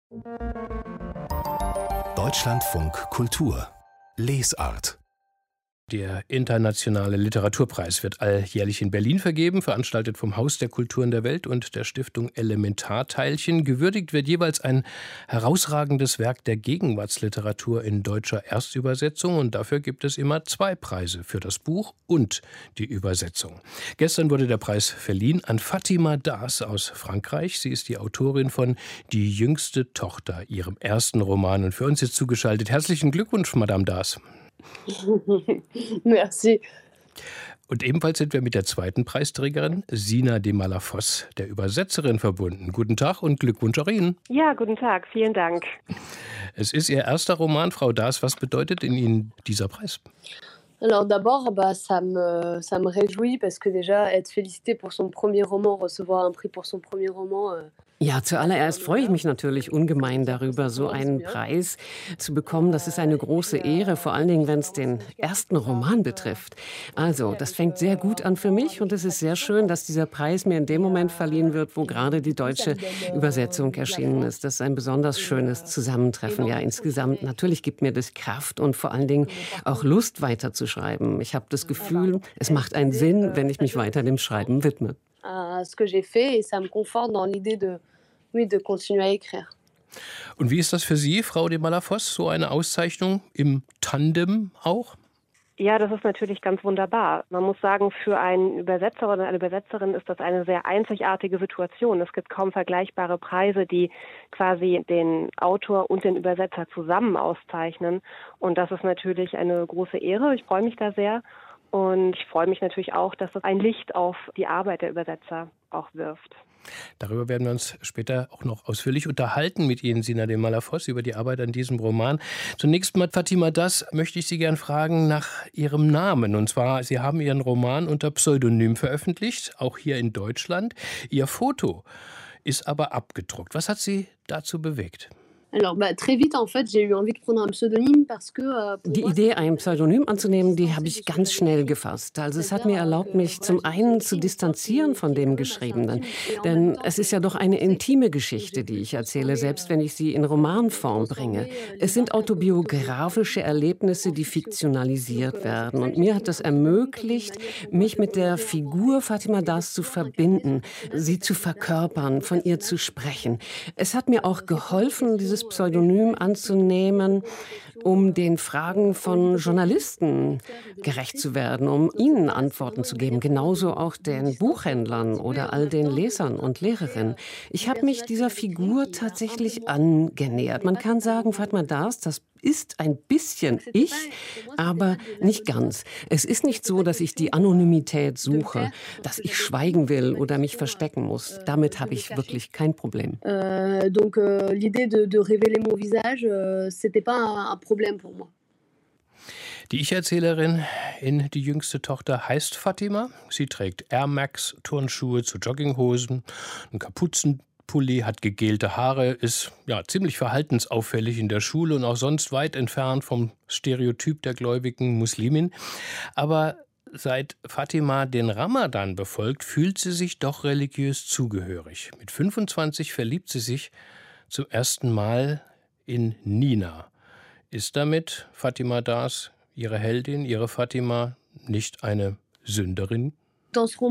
Deutschlandfunk Kultur Lesart. Der Internationale Literaturpreis wird alljährlich in Berlin vergeben, veranstaltet vom Haus der Kulturen der Welt und der Stiftung Elementarteilchen. Gewürdigt wird jeweils ein herausragendes Werk der Gegenwartsliteratur in deutscher Erstübersetzung. Und dafür gibt es immer 2 Preise, für das Buch und die Übersetzung. Gestern wurde der Preis verliehen an Fatima Das aus Frankreich. Sie ist die Autorin von Die jüngste Tochter, ihrem ersten Roman. Und für uns ist zugeschaltet. Herzlichen Glückwunsch, Madame Das. Merci. Und ebenfalls sind wir mit der zweiten Preisträgerin, Sina de Malafos, der Übersetzerin, verbunden. Guten Tag und Glückwunsch auch Ihnen. Ja, guten Tag, vielen Dank. Es ist Ihr erster Roman, Frau Das. Was bedeutet in Ihnen dieser Preis? Alors d'abord, ça me réjouit parce que déjà être félicité pour son premier roman, recevoir un prix pour son premier roman. Ja, zuallererst freue ich mich natürlich ungemein darüber, so einen Preis zu bekommen. Das ist eine große Ehre, vor allen Dingen, wenn es den ersten Roman betrifft. Also, das fängt sehr gut an für mich und es ist sehr schön, dass dieser Preis mir in dem Moment verliehen wird, wo gerade die deutsche Übersetzung erschienen ist. Das ist ein besonders schönes Zusammentreffen. Ja, insgesamt natürlich gibt mir das Kraft und vor allen Dingen auch Lust, weiterzuschreiben. Ich habe das Gefühl, es macht einen Sinn, wenn ich mich weiter dem Schreiben widme. Ce que j'ai fait et ça me conforte dans l'idée de continuer à écrire. Und wie ist das für Sie, Frau de Malafos, so eine Auszeichnung im Tandem auch? Ja, das ist natürlich ganz wunderbar. Man muss sagen, für einen Übersetzer oder eine Übersetzerin ist das eine sehr einzigartige Situation. Es gibt kaum vergleichbare Preise, die quasi den Autor und den Übersetzer zusammen auszeichnen. Und das ist natürlich eine große Ehre. Ich freue mich da sehr. Und ich freue mich natürlich auch, dass es ein Licht auf die Arbeit der Übersetzer auch wirft. Darüber werden wir uns später auch noch ausführlich unterhalten mit Ihnen, Sina de Malafos, über die Arbeit an diesem Roman. Zunächst mal, Fatima Das, möchte ich Sie gern fragen nach Ihrem Namen. Und zwar, Sie haben Ihren Roman unter Pseudonym veröffentlicht, auch hier in Deutschland. Ihr Foto ist aber abgedruckt. Was hat Sie dazu bewegt? Alors, très vite, en fait, j'ai eu envie de prendre un pseudonyme parce que Die Idee, ein Pseudonym anzunehmen, die habe ich ganz schnell gefasst. Also es hat mir erlaubt, mich zum einen zu distanzieren von dem Geschriebenen. Denn es ist ja doch eine intime Geschichte, die ich erzähle, selbst wenn ich sie in Romanform bringe. Es sind autobiografische Erlebnisse, die fiktionalisiert werden. Und mir hat das ermöglicht, mich mit der Figur Fatima Das zu verbinden, sie zu verkörpern, von ihr zu sprechen. Es hat mir auch geholfen, dieses Pseudonym anzunehmen, um den Fragen von Journalisten gerecht zu werden, um ihnen Antworten zu geben, genauso auch den Buchhändlern oder all den Lesern und Lehrerinnen. Ich habe mich dieser Figur tatsächlich angenähert. Man kann sagen, Fatima Das, das ist ein bisschen ich, aber nicht ganz. Es ist nicht so, dass ich die Anonymität suche, dass ich schweigen will oder mich verstecken muss. Damit habe ich wirklich kein Problem. Donc l'idée de révéler mon visage, c'était pas un problème pour moi. Die Ich-Erzählerin in Die jüngste Tochter heißt Fatima. Sie trägt Air Max Turnschuhe zu Jogginghosen, einen Kapuzenpulli, hat gegelte Haare, ist ziemlich verhaltensauffällig in der Schule und auch sonst weit entfernt vom Stereotyp der gläubigen Muslimin. Aber seit Fatima den Ramadan befolgt, fühlt sie sich doch religiös zugehörig. Mit 25 verliebt sie sich zum ersten Mal in Nina. Ist damit Fatima Das, ihre Heldin, ihre Fatima, nicht eine Sünderin? Ich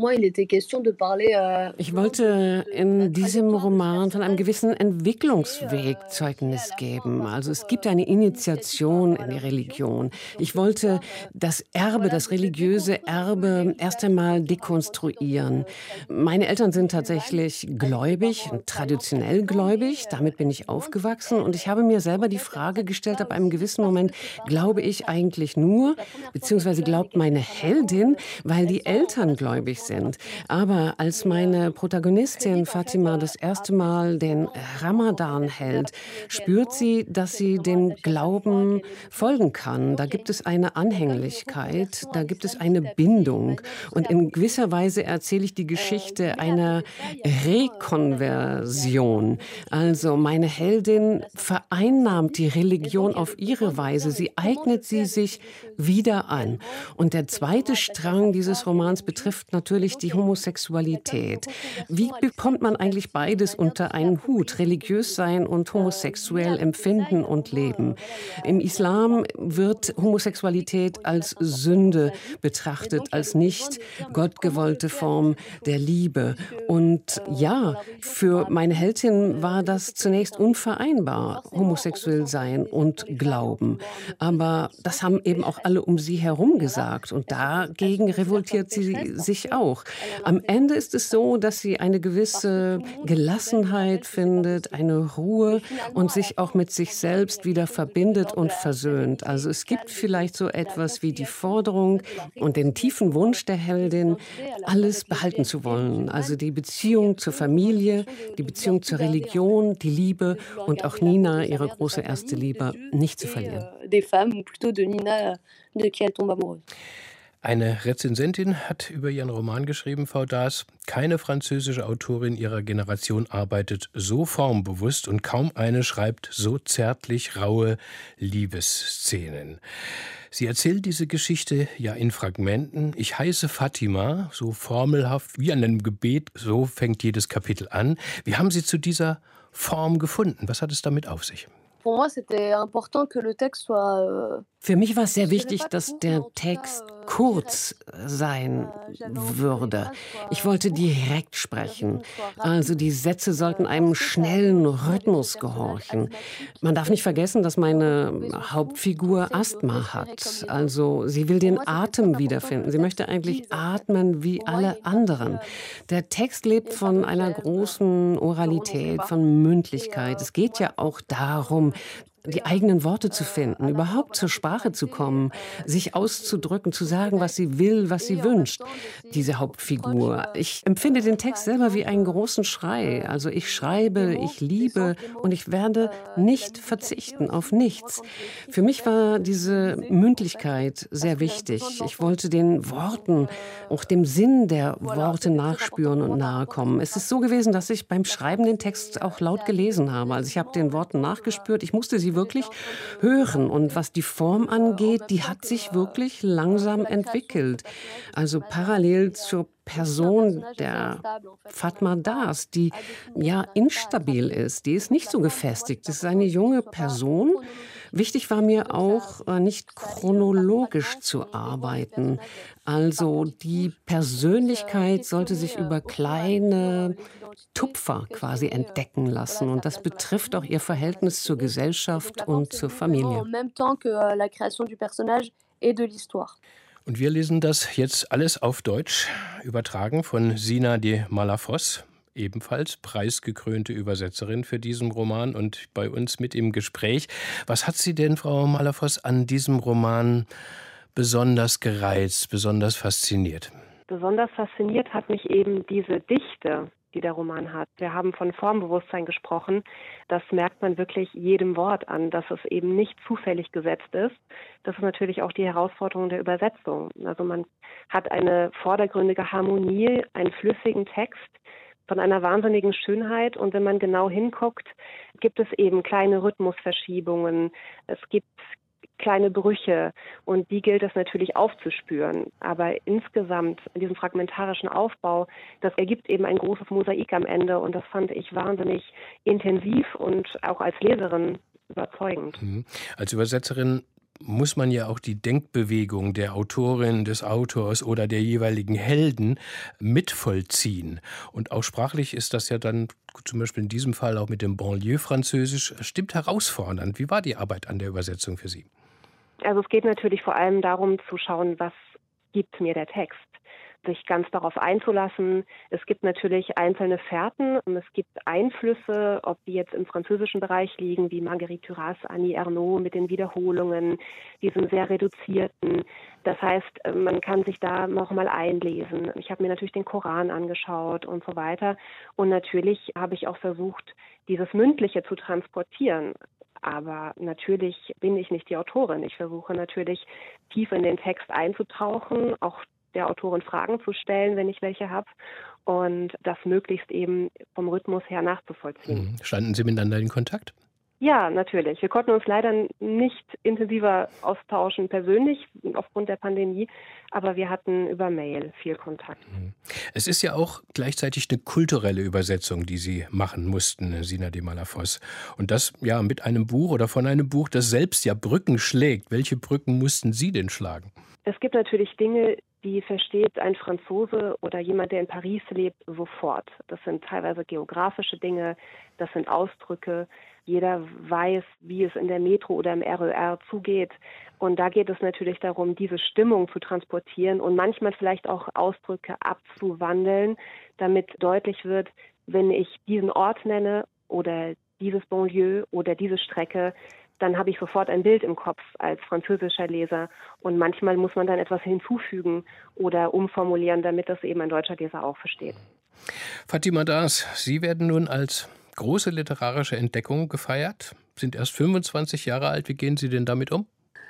wollte in diesem Roman von einem gewissen Entwicklungsweg Zeugnis geben. Also es gibt eine Initiation in die Religion. Ich wollte das Erbe, das religiöse Erbe erst einmal dekonstruieren. Meine Eltern sind tatsächlich gläubig, traditionell gläubig. Damit bin ich aufgewachsen und ich habe mir selber die Frage gestellt, ab einem gewissen Moment, glaube ich eigentlich nur, beziehungsweise glaubt meine Heldin, weil die Eltern gläubig sind. Aber als meine Protagonistin Fatima das erste Mal den Ramadan hält, spürt sie, dass sie dem Glauben folgen kann. Da gibt es eine Anhänglichkeit, da gibt es eine Bindung. Und in gewisser Weise erzähle ich die Geschichte einer Rekonversion. Also meine Heldin vereinnahmt die Religion auf ihre Weise. Sie eignet sie sich wieder an. Und der zweite Strang dieses Romans betrifft natürlich die Homosexualität. Wie bekommt man eigentlich beides unter einen Hut? Religiös sein und homosexuell empfinden und leben. Im Islam wird Homosexualität als Sünde betrachtet, als nicht gottgewollte Form der Liebe. Und ja, für meine Heldin war das zunächst unvereinbar, homosexuell sein und Glauben. Aber das haben eben auch alle um sie herum gesagt. Und dagegen revoltiert sie sich auch. Am Ende ist es so, dass sie eine gewisse Gelassenheit findet, eine Ruhe und sich auch mit sich selbst wieder verbindet und versöhnt. Also es gibt vielleicht so etwas wie die Forderung und den tiefen Wunsch der Heldin, alles behalten zu wollen. Also die Beziehung zur Familie, die Beziehung zur Religion, die Liebe und auch Nina, ihre große erste Liebe, nicht zu verlieren. Eine Rezensentin hat über ihren Roman geschrieben, Frau Daas: Keine französische Autorin ihrer Generation arbeitet so formbewusst und kaum eine schreibt so zärtlich raue Liebesszenen. Sie erzählt diese Geschichte ja in Fragmenten. Ich heiße Fatima, so formelhaft wie an einem Gebet, so fängt jedes Kapitel an. Wie haben Sie zu dieser Form gefunden? Was hat es damit auf sich? Für mich war es sehr wichtig, dass der Text kurz sein würde. Ich wollte direkt sprechen. Also die Sätze sollten einem schnellen Rhythmus gehorchen. Man darf nicht vergessen, dass meine Hauptfigur Asthma hat. Also sie will den Atem wiederfinden. Sie möchte eigentlich atmen wie alle anderen. Der Text lebt von einer großen Oralität, von Mündlichkeit. Es geht ja auch darum, die eigenen Worte zu finden, überhaupt zur Sprache zu kommen, sich auszudrücken, zu sagen, was sie will, was sie wünscht, diese Hauptfigur. Ich empfinde den Text selber wie einen großen Schrei. Also ich schreibe, ich liebe und ich werde nicht verzichten auf nichts. Für mich war diese Mündlichkeit sehr wichtig. Ich wollte den Worten, auch dem Sinn der Worte nachspüren und nahe kommen. Es ist so gewesen, dass ich beim Schreiben den Text auch laut gelesen habe. Also ich habe den Worten nachgespürt, ich musste sie wirklich hören. Und was die Form angeht, die hat sich wirklich langsam entwickelt. Also parallel zur Person der Fatma Daas, die ja instabil ist, die ist nicht so gefestigt. Das ist eine junge Person. Wichtig war mir auch, nicht chronologisch zu arbeiten. Also die Persönlichkeit sollte sich über kleine Tupfer quasi entdecken lassen. Und das betrifft auch ihr Verhältnis zur Gesellschaft und zur Familie. Und wir lesen das jetzt alles auf Deutsch, übertragen von Sina de Malafos, ebenfalls preisgekrönte Übersetzerin für diesen Roman und bei uns mit im Gespräch. Was hat Sie denn, Frau Malafos, an diesem Roman besonders gereizt, besonders fasziniert? Besonders fasziniert hat mich eben diese Dichte, die der Roman hat. Wir haben von Formbewusstsein gesprochen. Das merkt man wirklich jedem Wort an, dass es eben nicht zufällig gesetzt ist. Das ist natürlich auch die Herausforderung der Übersetzung. Also man hat eine vordergründige Harmonie, einen flüssigen Text von einer wahnsinnigen Schönheit. Und wenn man genau hinguckt, gibt es eben kleine Rhythmusverschiebungen. Es gibt kleine Brüche und die gilt es natürlich aufzuspüren. Aber insgesamt in diesem fragmentarischen Aufbau, das ergibt eben ein großes Mosaik am Ende und das fand ich wahnsinnig intensiv und auch als Leserin überzeugend. Als Übersetzerin muss man ja auch die Denkbewegung der Autorin, des Autors oder der jeweiligen Helden mitvollziehen. Und auch sprachlich ist das ja dann zum Beispiel in diesem Fall auch mit dem Banlieue-Französisch stimmt herausfordernd. Wie war die Arbeit an der Übersetzung für Sie? Also es geht natürlich vor allem darum zu schauen, was gibt mir der Text. Sich ganz darauf einzulassen. Es gibt natürlich einzelne Fährten und es gibt Einflüsse, ob die jetzt im französischen Bereich liegen, wie Marguerite Duras, Annie Ernaux mit den Wiederholungen, diesen sehr reduzierten. Das heißt, man kann sich da nochmal einlesen. Ich habe mir natürlich den Koran angeschaut und so weiter. Und natürlich habe ich auch versucht, dieses Mündliche zu transportieren. Aber natürlich bin ich nicht die Autorin. Ich versuche natürlich, tief in den Text einzutauchen, auch der Autorin Fragen zu stellen, wenn ich welche habe, und das möglichst eben vom Rhythmus her nachzuvollziehen. Standen Sie miteinander in Kontakt? Ja, natürlich. Wir konnten uns leider nicht intensiver austauschen persönlich aufgrund der Pandemie, aber wir hatten über Mail viel Kontakt. Es ist ja auch gleichzeitig eine kulturelle Übersetzung, die Sie machen mussten, Sina de Malafosse. Und das ja mit einem Buch oder von einem Buch, das selbst ja Brücken schlägt. Welche Brücken mussten Sie denn schlagen? Es gibt natürlich Dinge, die versteht ein Franzose oder jemand, der in Paris lebt, sofort. Das sind teilweise geografische Dinge, das sind Ausdrücke. Jeder weiß, wie es in der Metro oder im RER zugeht. Und da geht es natürlich darum, diese Stimmung zu transportieren und manchmal vielleicht auch Ausdrücke abzuwandeln, damit deutlich wird, wenn ich diesen Ort nenne oder dieses Banlieue oder diese Strecke, dann habe ich sofort ein Bild im Kopf als französischer Leser. Und manchmal muss man dann etwas hinzufügen oder umformulieren, damit das eben ein deutscher Leser auch versteht. Fatima Das, Sie werden nun als große literarische Entdeckung gefeiert, sind erst 25 Jahre alt. Wie gehen Sie denn damit um?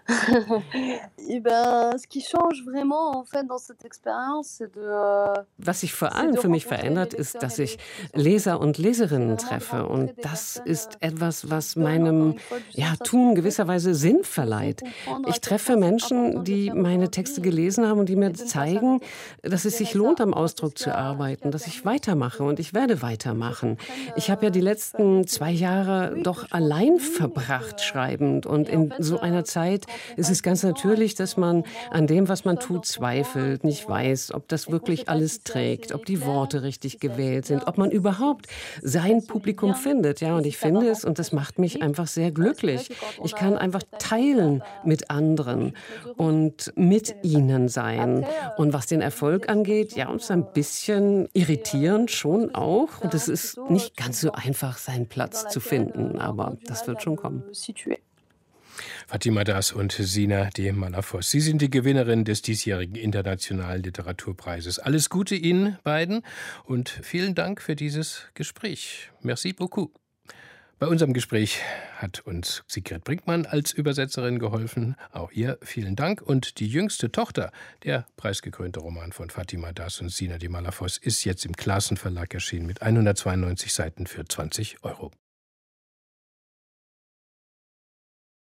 Was sich vor allem für mich verändert, ist, dass ich Leser und Leserinnen treffe. Und das ist etwas, was meinem Tun gewisserweise Sinn verleiht. Ich treffe Menschen, die meine Texte gelesen haben und die mir zeigen, dass es sich lohnt, am Ausdruck zu arbeiten, dass ich weitermache und ich werde weitermachen. Ich habe ja die letzten 2 Jahre doch allein verbracht, schreibend. Und in so einer Zeit ist es ganz natürlich, dass man an dem, was man tut, zweifelt, nicht weiß, ob das wirklich alles trägt, ob die Worte richtig gewählt sind, ob man überhaupt sein Publikum findet. Ja, und ich finde es, und das macht mich einfach sehr glücklich. Ich kann einfach teilen mit anderen und mit ihnen sein. Und was den Erfolg angeht, ja, uns ein bisschen irritierend schon auch. Und es ist nicht ganz so einfach, seinen Platz zu finden, aber das wird schon kommen. Fatima Das und Sina de Malafosse. Sie sind die Gewinnerin des diesjährigen Internationalen Literaturpreises. Alles Gute Ihnen beiden und vielen Dank für dieses Gespräch. Merci beaucoup. Bei unserem Gespräch hat uns Sigrid Brinkmann als Übersetzerin geholfen. Auch ihr vielen Dank. Und die jüngste Tochter, der preisgekrönte Roman von Fatima Das und Sina de Malafosse, ist jetzt im Classen Verlag erschienen mit 192 Seiten für 20 €.